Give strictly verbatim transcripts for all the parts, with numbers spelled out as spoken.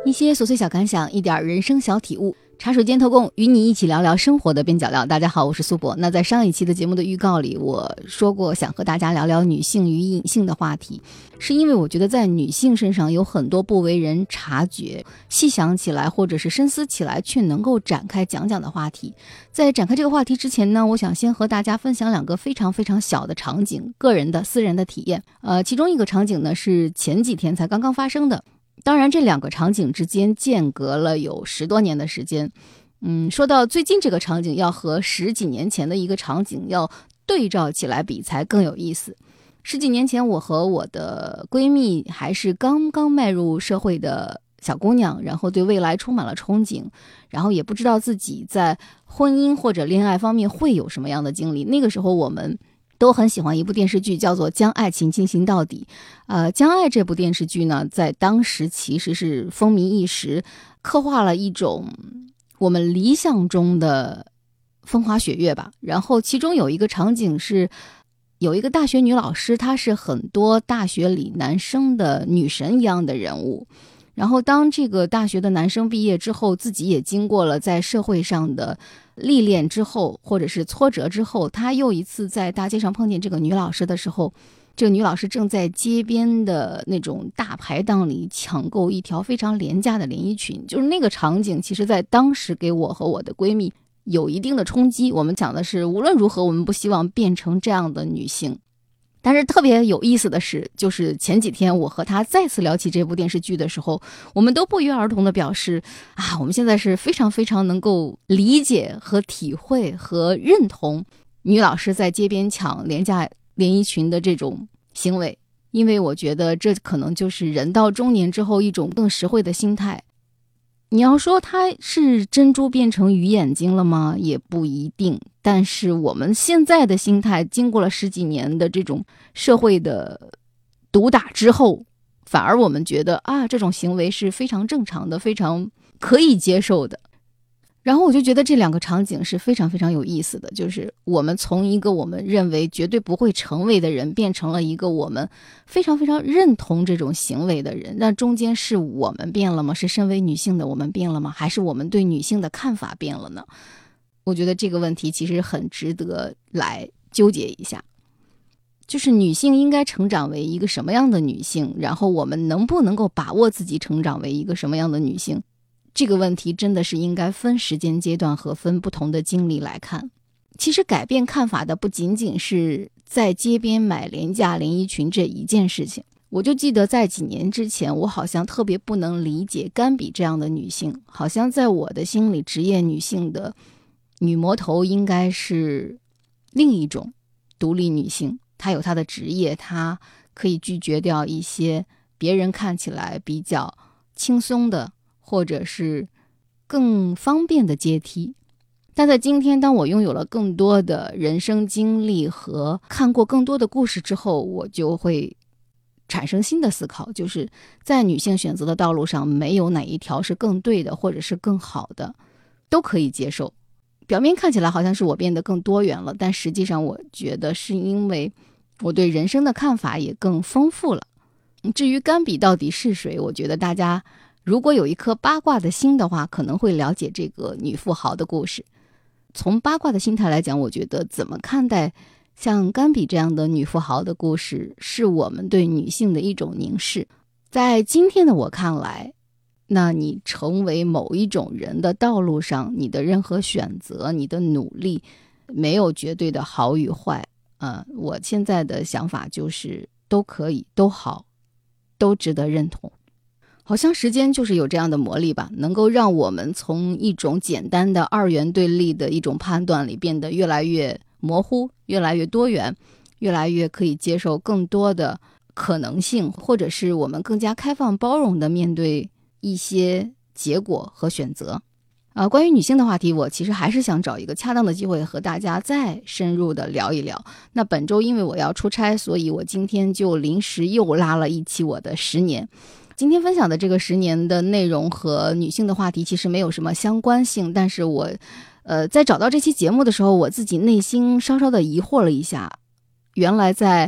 一些琐碎小感想，一点人生小体悟，茶水间特供，与你一起聊聊生活的边角料。大家好，我是苏博。那在上一期的节目的预告里，我说过想和大家聊聊女性与隐性的话题，是因为我觉得在女性身上有很多不为人察觉，细想起来或者是深思起来却能够展开讲讲的话题。在展开这个话题之前呢，我想先和大家分享两个非常非常小的场景，个人的私人的体验。呃，其中一个场景呢是前几天才刚刚发生的。当然这两个场景之间间隔了有十多年的时间。嗯，说到最近这个场景要和十几年前的一个场景要对照起来比才更有意思。十几年前我和我的闺蜜还是刚刚迈入社会的小姑娘，然后对未来充满了憧憬，然后也不知道自己在婚姻或者恋爱方面会有什么样的经历。那个时候我们都很喜欢一部电视剧，叫做《将爱情进行到底》。呃，《将爱》这部电视剧呢，在当时其实是风靡一时，刻画了一种我们理想中的风花雪月吧。然后其中有一个场景是，有一个大学女老师，她是很多大学里男生的女神一样的人物。然后当这个大学的男生毕业之后，自己也经过了在社会上的历练之后，或者是挫折之后，他又一次在大街上碰见这个女老师的时候，这个女老师正在街边的那种大排档里抢购一条非常廉价的连衣裙。就是那个场景其实在当时给我和我的闺蜜有一定的冲击。我们讲的是无论如何我们不希望变成这样的女性。但是特别有意思的是，就是前几天我和她再次聊起这部电视剧的时候，我们都不约而同地表示啊，我们现在是非常非常能够理解和体会和认同女老师在街边抢廉价连衣裙的这种行为。因为我觉得这可能就是人到中年之后一种更实惠的心态。你要说它是珍珠变成鱼眼睛了吗？也不一定。但是我们现在的心态经过了十几年的这种社会的毒打之后，反而我们觉得啊，这种行为是非常正常的，非常可以接受的。然后我就觉得这两个场景是非常非常有意思的，就是我们从一个我们认为绝对不会成为的人，变成了一个我们非常非常认同这种行为的人。那中间是我们变了吗？是身为女性的我们变了吗？还是我们对女性的看法变了呢？我觉得这个问题其实很值得来纠结一下。就是女性应该成长为一个什么样的女性，然后我们能不能够把握自己成长为一个什么样的女性，这个问题真的是应该分时间阶段和分不同的经历来看。其实改变看法的不仅仅是在街边买廉价连衣裙这一件事情。我就记得在几年之前，我好像特别不能理解甘比这样的女性，好像在我的心里，职业女性的女魔头应该是另一种独立女性，她有她的职业，她可以拒绝掉一些别人看起来比较轻松的或者是更方便的阶梯。但在今天，当我拥有了更多的人生经历和看过更多的故事之后，我就会产生新的思考，就是在女性选择的道路上，没有哪一条是更对的或者是更好的，都可以接受。表面看起来好像是我变得更多元了，但实际上我觉得是因为我对人生的看法也更丰富了。至于甘比到底是谁，我觉得大家如果有一颗八卦的心的话，可能会了解这个女富豪的故事。从八卦的心态来讲，我觉得怎么看待像甘比这样的女富豪的故事，是我们对女性的一种凝视。在今天的我看来，那你成为某一种人的道路上，你的任何选择，你的努力，没有绝对的好与坏。呃，我现在的想法就是都可以，都好，都值得认同。好像时间就是有这样的魔力吧，能够让我们从一种简单的二元对立的一种判断里变得越来越模糊，越来越多元，越来越可以接受更多的可能性，或者是我们更加开放包容的面对一些结果和选择。啊，关于女性的话题，我其实还是想找一个恰当的机会和大家再深入的聊一聊。那本周因为我要出差，所以我今天就临时又拉了一期我的十年。今天分享的这个十年的内容和女性的话题其实没有什么相关性，但是我呃，在找到这期节目的时候，我自己内心稍稍的疑惑了一下。原来在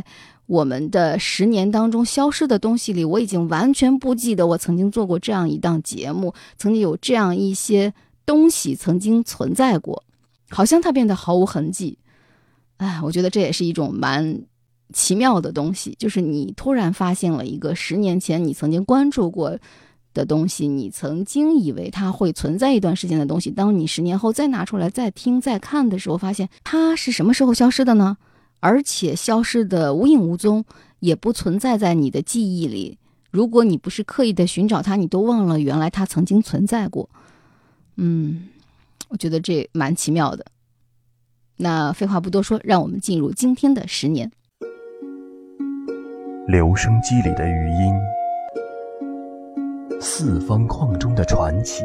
我们的十年当中消失的东西里，我已经完全不记得我曾经做过这样一档节目，曾经有这样一些东西曾经存在过，好像它变得毫无痕迹。哎，我觉得这也是一种蛮奇妙的东西，就是你突然发现了一个十年前你曾经关注过的东西，你曾经以为它会存在一段时间的东西，当你十年后再拿出来再听再看的时候，发现它是什么时候消失的呢？而且消失的无影无踪，也不存在在你的记忆里。如果你不是刻意的寻找它，你都忘了原来它曾经存在过。嗯，我觉得这蛮奇妙的。那废话不多说，让我们进入今天的十年。 留声机里的余音，四方框中的传奇，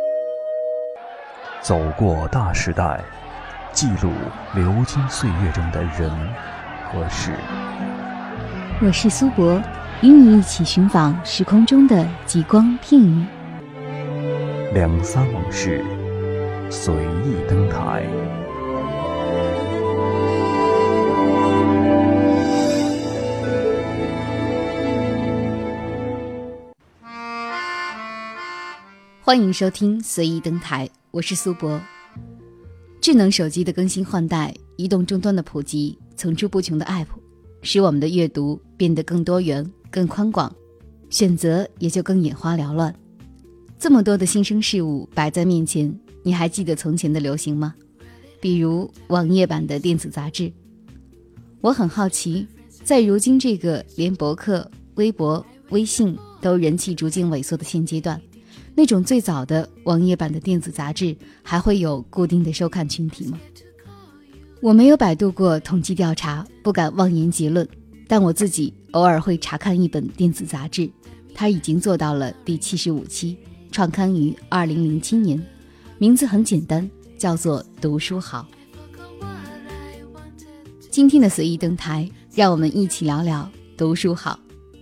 走过大时代，记录流金岁月中的人和事。 我是苏博，与你一起寻访时空中的极光片语。 两三往事，随意登台。 欢迎收听随意登台，我是苏博。智能手机的更新换代，移动终端的普及，层出不穷的 App， 使我们的阅读变得更多元、更宽广，选择也就更眼花缭乱。这么多的新生事物摆在面前，你还记得从前的流行吗？比如网页版的电子杂志。我很好奇，在如今这个连博客、微博、微信都人气逐渐萎缩的现阶段，那种最早的网页版的电子杂志还会有固定的收看群体吗？我没有百度过统计调查，不敢妄言结论，但我自己偶尔会查看一本电子杂志，它已经做到了第七十五期，创刊于二零零七年，名字很简单，叫做读书好。今天的随意登台，让我们一起聊聊读书好。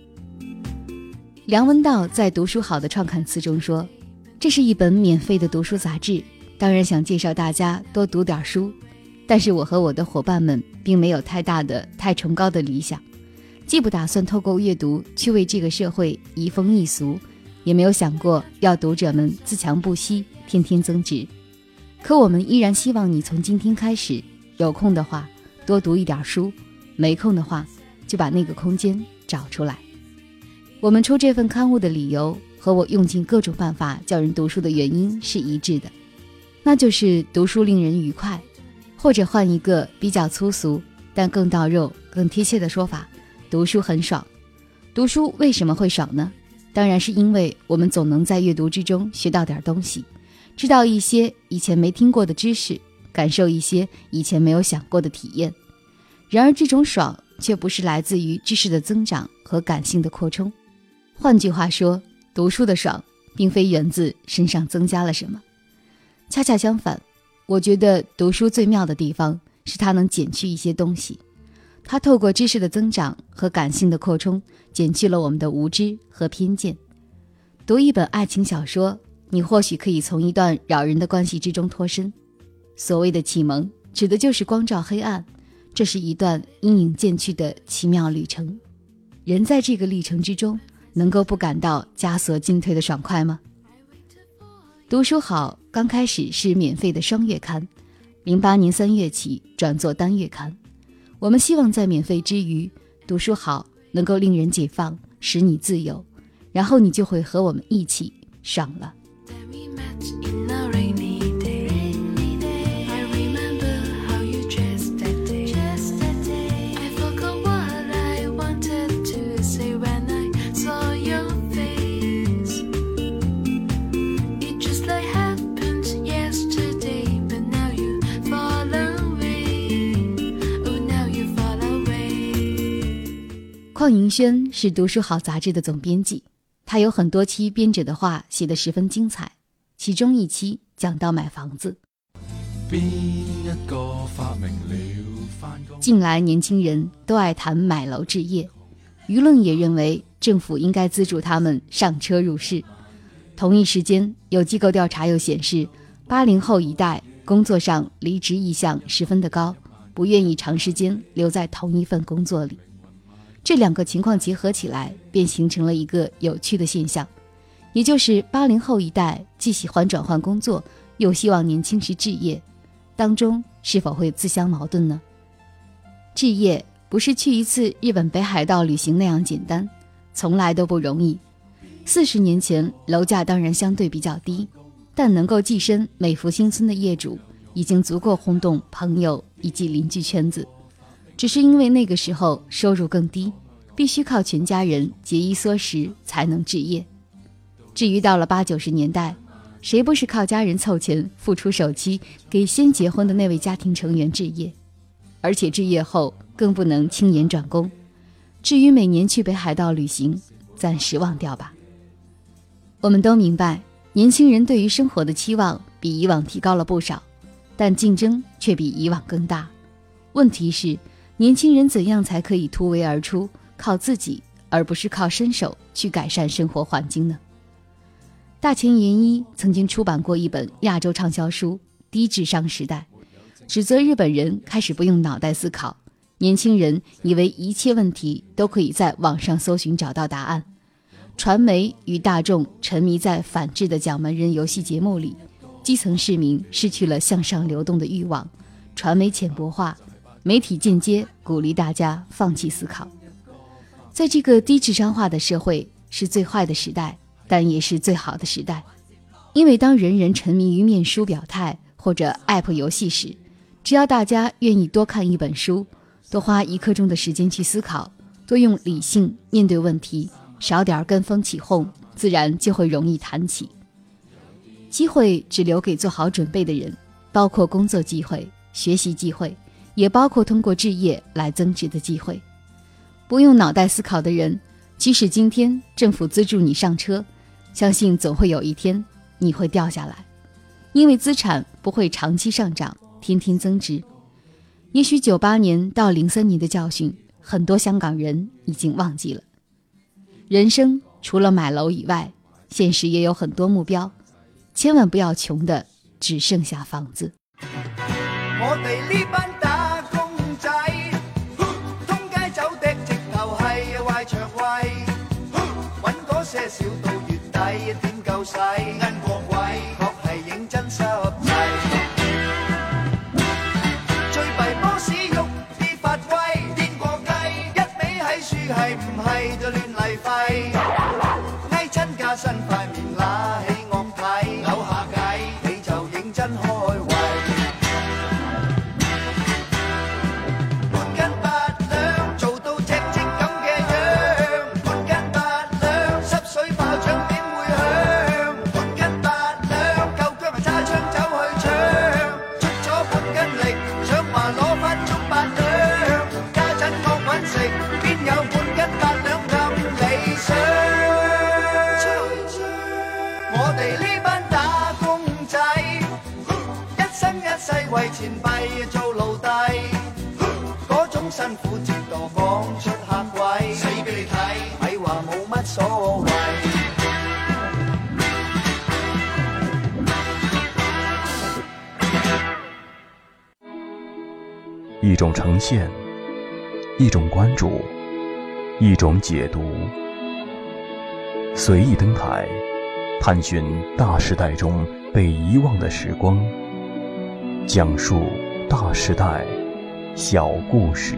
梁文道在读书好的创刊词中说，这是一本免费的读书杂志，当然想介绍大家多读点书，但是我和我的伙伴们并没有太大的太崇高的理想，既不打算透过阅读去为这个社会移风易俗，也没有想过要读者们自强不息，天天增值。可我们依然希望你从今天开始，有空的话多读一点书，没空的话就把那个空间找出来。我们出这份刊物的理由和我用尽各种办法叫人读书的原因是一致的，那就是读书令人愉快，或者换一个比较粗俗但更到肉更贴切的说法，读书很爽。读书为什么会爽呢？当然是因为我们总能在阅读之中学到点东西，知道一些以前没听过的知识，感受一些以前没有想过的体验。然而这种爽却不是来自于知识的增长和感性的扩充。换句话说，读书的爽并非源自身上增加了什么，恰恰相反，我觉得读书最妙的地方是它能减去一些东西，它透过知识的增长和感性的扩充，减去了我们的无知和偏见。读一本爱情小说，你或许可以从一段扰人的关系之中脱身。所谓的启蒙，指的就是光照黑暗，这是一段阴影渐去的奇妙旅程。人在这个历程之中，能够不感到枷锁进退的爽快吗？读书好刚开始是免费的双月刊，零八年三月起转做单月刊。我们希望在免费之余，读书好能够令人解放，使你自由，然后你就会和我们一起爽了。邝银轩是读书好杂志的总编辑，他有很多期编者的话写得十分精彩，其中一期讲到买房子。近来年轻人都爱谈买楼置业，舆论也认为政府应该资助他们上车入市。同一时间，有机构调查又显示，八零后一代工作上离职意向十分的高，不愿意长时间留在同一份工作里。 这两个情况结合起来，便形成了一个有趣的现象，也就是八零后一代既喜欢转换工作，又希望年轻时置业，当中是否会自相矛盾呢？置业不是去一次日本北海道旅行那样简单，从来都不容易。四十年前楼价当然相对比较低，但能够跻身美孚新村的业主已经足够轰动朋友以及邻居圈子，只是因为那个时候收入更低，必须靠全家人节衣缩食才能置业。至于到了八九十年代，谁不是靠家人凑钱付出首期给先结婚的那位家庭成员置业？而且置业后更不能轻言转工。至于每年去北海道旅行，暂时忘掉吧。我们都明白，年轻人对于生活的期望比以往提高了不少，但竞争却比以往更大。问题是，年轻人怎样才可以突围而出，靠自己而不是靠伸手去改善生活环境呢？大前研一曾经出版过一本亚洲畅销书《低智商时代》，指责日本人开始不用脑袋思考，年轻人以为一切问题都可以在网上搜寻找到答案。传媒与大众沉迷在反制的奖门人游戏节目里，基层市民失去了向上流动的欲望，传媒浅薄化，媒体间接鼓励大家放弃思考。在这个低智商化的社会，是最坏的时代，但也是最好的时代。因为当人人沉迷于面书表态或者 App 游戏时，只要大家愿意多看一本书，多花一刻钟的时间去思考，多用理性面对问题，少点跟风起哄，自然就会容易谈起。机会只留给做好准备的人，包括工作机会、学习机会，也包括通过置业来增值的机会。不用脑袋思考的人，即使今天政府资助你上车，相信总会有一天你会掉下来，因为资产不会长期上涨，天天增值。也许九八年到零三年的教训，很多香港人已经忘記了。人生除了買樓以外，現實也有很多目標，千萬不要窮得只剩下房子。 我哋呢班打工仔，通街走的直頭係壞腸胃，揾嗰些少到月底點夠使，銀過貴確係認真濕滯。最弊波士喐啲發威，癲過雞，一味喺樹係唔係就亂嚟廢，翳親加身塊面揦起惡睇，扭下計你就認真開胃。為錢幣做奴隸，嗰種辛苦折墮講出客位，死俾你睇，咪話冇乜所謂。 一種呈現，一種關注，一種解讀，隨意登台，探尋大時代中被遺忘的時光，講述大時代小故事。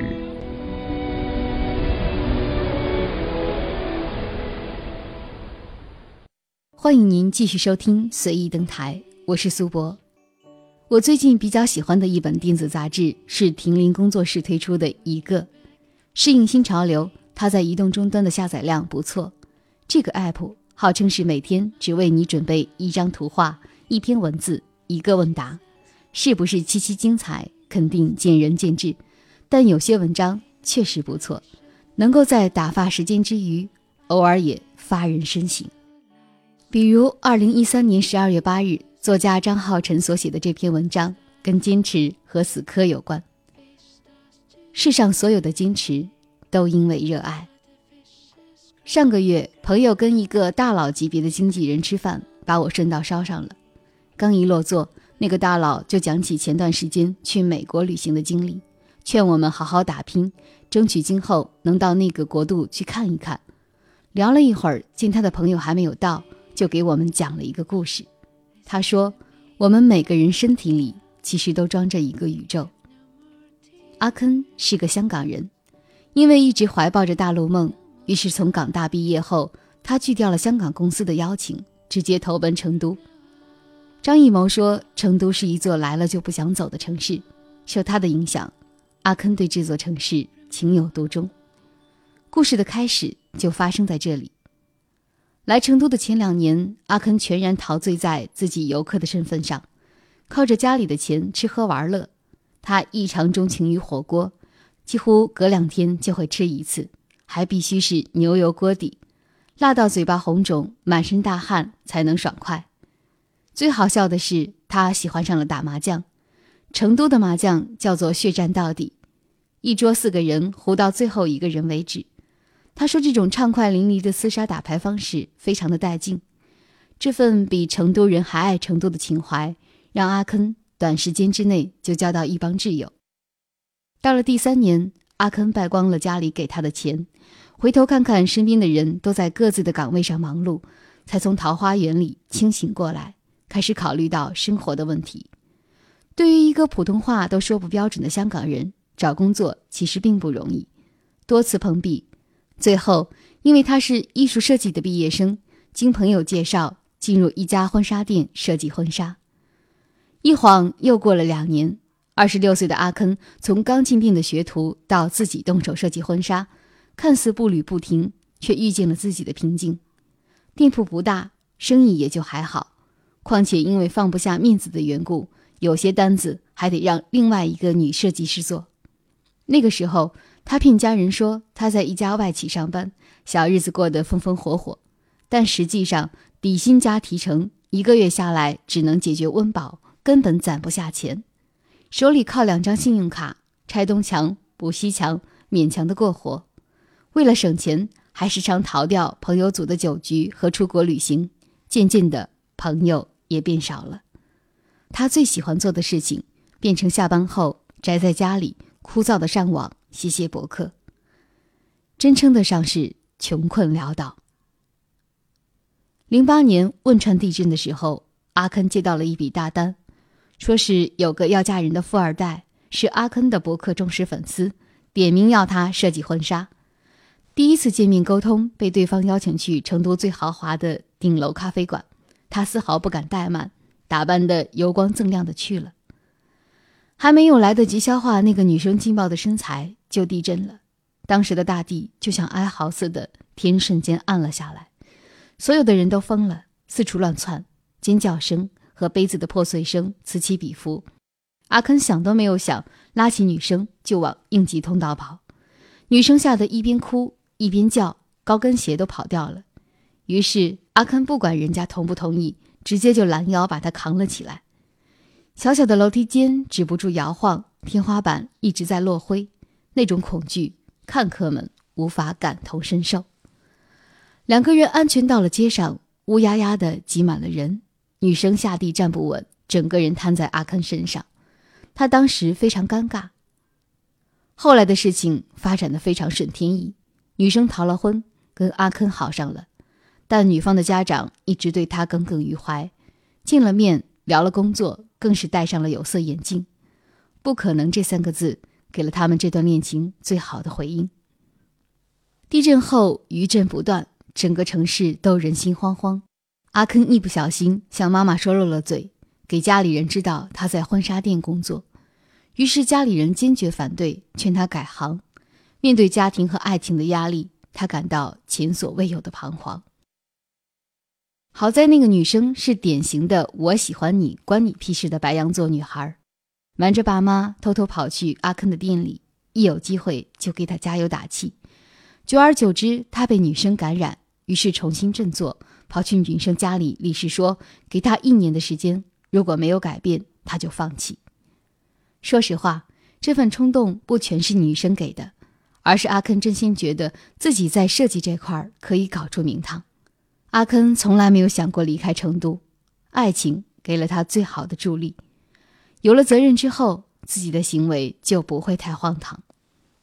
歡迎您繼續收聽隨意登台，我是蘇博。我最近比較喜歡的一本電子雜誌是亭林工作室推出的一個，適應新潮流，它在移動終端的下載量不錯。這個 app 號稱是每天只為你準備一張圖畫、一篇文字、一個問答，是不是七七精彩，肯定見仁見智，但有些文章確實不錯，能夠在打發時間之餘，偶爾也發人深省。比如二零一三年十二月八日，作家張浩晨所寫的這篇文章，跟堅持和死磕有關。世上所有的堅持，都因為熱愛。上個月，朋友跟一個大佬級別的經紀人吃飯，把我順道捎上了。剛一落座，那個大佬就講起前段時間去美國旅行的經歷，勸我們好好打拼， 争取今后能到那个国度去看一看。聊了一会儿，见他的朋友还没有到，就给我们讲了一个故事。他说，我们每个人身体里其实都装着一个宇宙。阿坑是个香港人，因为一直怀抱着大陆梦，于是从港大毕业后，他拒掉了香港公司的邀请，直接投奔成都。张艺谋说，成都是一座来了就不想走的城市，受他的影响，阿坑对这座城市情有独钟。故事的开始就发生在这里。来成都的前两年，阿坑全然陶醉在自己游客的身份上，靠着家里的钱吃喝玩乐。他异常钟情于火锅，几乎隔两天就会吃一次，还必须是牛油锅底，辣到嘴巴红肿，满身大汗才能爽快。最好笑的是，他喜欢上了打麻将。成都的麻将叫做血战到底，一桌四个人胡到最后一个人为止。他说这种畅快淋漓的厮杀打牌方式非常的带劲，这份比成都人还爱成都的情怀，让阿坑短时间之内就交到一帮挚友。到了第三年，阿坑败光了家里给他的钱，回头看看身边的人都在各自的岗位上忙碌，才从桃花源里清醒过来，开始考虑到生活的问题。对于一个普通话都说不标准的香港人，找工作其实并不容易，多次碰壁。最后因为他是艺术设计的毕业生，经朋友介绍进入一家婚纱店设计婚纱。一晃又过了两年，二十六岁的阿坑从刚进店的学徒到自己动手设计婚纱，看似步履不停，却遇见了自己的瓶颈。店铺不大，生意也就还好，况且因为放不下面子的缘故，有些单子还得让另外一个女设计师做。那个时候他骗家人说他在一家外企上班，小日子过得风风火火，但实际上底薪加提成，一个月下来只能解决温饱，根本攒不下钱。手里靠两张信用卡，拆东墙补西墙，勉强的过活。为了省钱，还时常逃掉朋友组的酒局和出国旅行，渐渐的朋友也变少了。他最喜欢做的事情变成下班后宅在家里枯燥的上网写写博客，真称得上是穷困潦倒。零八年汶川地震的时候，阿坑接到了一笔大单，说是有个要嫁人的富二代是阿坑的博客忠实粉丝，点名要他设计婚纱。第一次见面沟通，被对方邀请去成都最豪华的顶楼咖啡馆，他丝毫不敢怠慢，打扮得油光锃亮的去了。还没有来得及消化那个女生劲爆的身材，就地震了。当时的大地就像哀嚎似的，天瞬间暗了下来，所有的人都疯了，四处乱窜，尖叫声和杯子的破碎声此起彼伏。阿坑想都没有想，拉起女生就往应急通道跑。女生吓得一边哭一边叫，高跟鞋都跑掉了。于是阿坑不管人家同不同意，直接就拦腰把她扛了起来。小小的楼梯间止不住摇晃，天花板一直在落灰，那种恐惧看客们无法感同身受。两个人安全到了街上，乌压压的挤满了人，女生下地站不稳，整个人瘫在阿坑身上。他当时非常尴尬。后来的事情发展得非常顺天意，女生逃了婚，跟阿坑好上了，但女方的家长一直对他耿耿于怀，见了面聊了工作，更是戴上了有色眼镜。不可能这三个字给了他们这段恋情最好的回应。地震后余震不断，整个城市都人心惶惶。阿坑一不小心向妈妈说漏了嘴，给家里人知道他在婚纱店工作，于是家里人坚决反对，劝他改行。面对家庭和爱情的压力，他感到前所未有的彷徨。好在那个女生是典型的我喜欢你关你屁事的白羊座女孩，瞒着爸妈偷偷跑去阿坑的店里，一有机会就给他加油打气。久而久之，他被女生感染，于是重新振作，跑去女生家里立誓说给他一年的时间，如果没有改变他就放弃。说实话，这份冲动不全是女生给的，而是阿坑真心觉得自己在设计这块可以搞出名堂。阿坑从来没有想过离开成都，爱情给了他最好的助力。有了责任之后，自己的行为就不会太荒唐。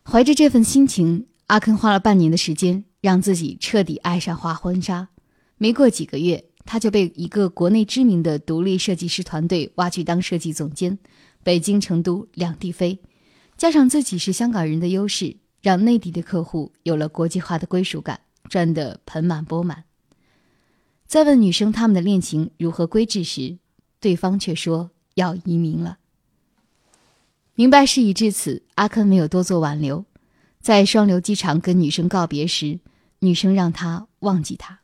怀着这份心情，阿肯花了半年的时间让自己彻底爱上画婚纱。没过几个月，他就被一个国内知名的独立设计师团队挖去当设计总监，北京、成都两地飞，加上自己是香港人的优势，让内地的客户有了国际化的归属感，赚得盆满钵满。在问女生他们的恋情如何归置时，对方却说要移民了。明白事已至此，阿肯没有多做挽留，在双流机场跟女生告别时，女生让他忘记他。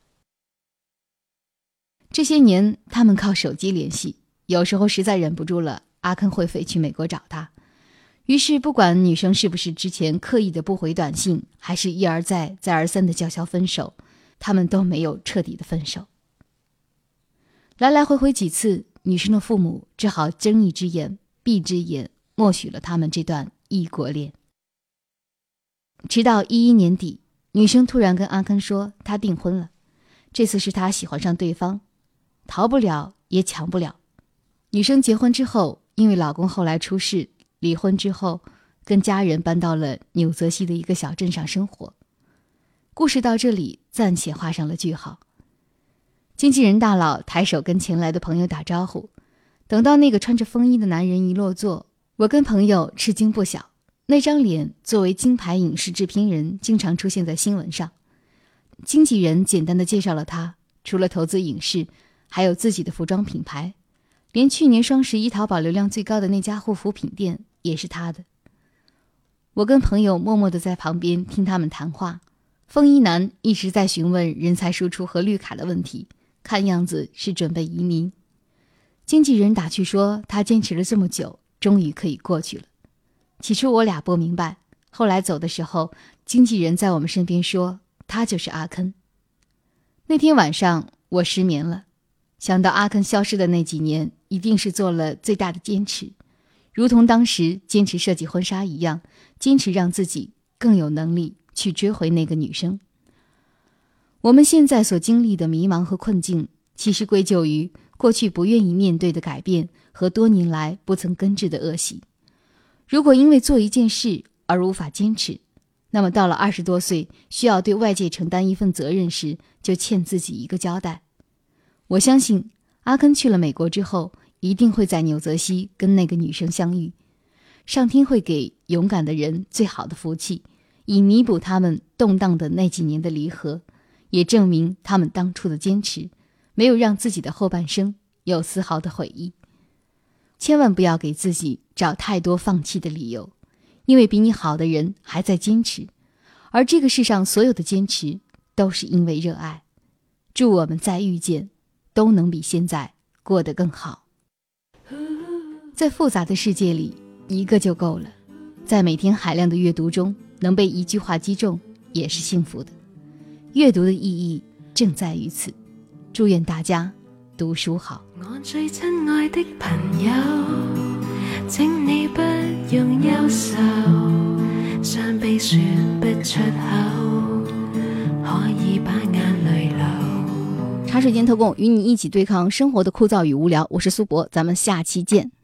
这些年他们靠手机联系，有时候实在忍不住了，阿肯会飞去美国找他。于是不管女生是不是之前刻意的不回短信，还是一而再再而三的叫嚣分手，他们都没有彻底的分手。来来回回几次，女生的父母只好睁一只眼闭一只眼，默许了他们这段异国恋。直到一一年底，女生突然跟阿肯说她订婚了，这次是她喜欢上对方，逃不了也抢不了。女生结婚之后，因为老公后来出事，离婚之后跟家人搬到了纽泽西的一个小镇上生活。故事到这里暂且画上了句号。经纪人大佬抬手跟前来的朋友打招呼，等到那个穿着风衣的男人一落座，我跟朋友吃惊不小。那张脸作为金牌影视制片人经常出现在新闻上。经纪人简单的介绍了他，除了投资影视，还有自己的服装品牌，连去年双十一淘宝流量最高的那家护肤品店也是他的。我跟朋友默默地在旁边听他们谈话，风衣男一直在询问人才输出和绿卡的问题，看样子是准备移民。经纪人打趣说他坚持了这么久，终于可以过去了。起初我俩不明白，后来走的时候，经纪人在我们身边说他就是阿肯。那天晚上我失眠了，想到阿肯消失的那几年一定是做了最大的坚持，如同当时坚持设计婚纱一样，坚持让自己更有能力去追回那个女生。我们现在所经历的迷茫和困境，其实归咎于过去不愿意面对的改变和多年来不曾根治的恶习。如果因为做一件事而无法坚持，那么到了二十多岁需要对外界承担一份责任时，就欠自己一个交代。我相信阿肯去了美国之后，一定会在纽泽西跟那个女生相遇。上天会给勇敢的人最好的福气，以弥补他们动荡的那几年的离合，也证明他们当初的坚持没有让自己的后半生有丝毫的悔意。千万不要给自己找太多放弃的理由，因为比你好的人还在坚持，而这个世上所有的坚持都是因为热爱。祝我们再遇见，都能比现在过得更好。在复杂的世界里，一个就够了。在每天海量的阅读中，能被一句话击中，也是幸福的。阅读的意义正在于此。祝愿大家读书好。 我最親愛的朋友，請你不用憂愁，傷悲說不出口，可以把眼淚流。 茶水間特供，與你一起對抗生活的枯燥與無聊。我是蘇博，咱們下期見。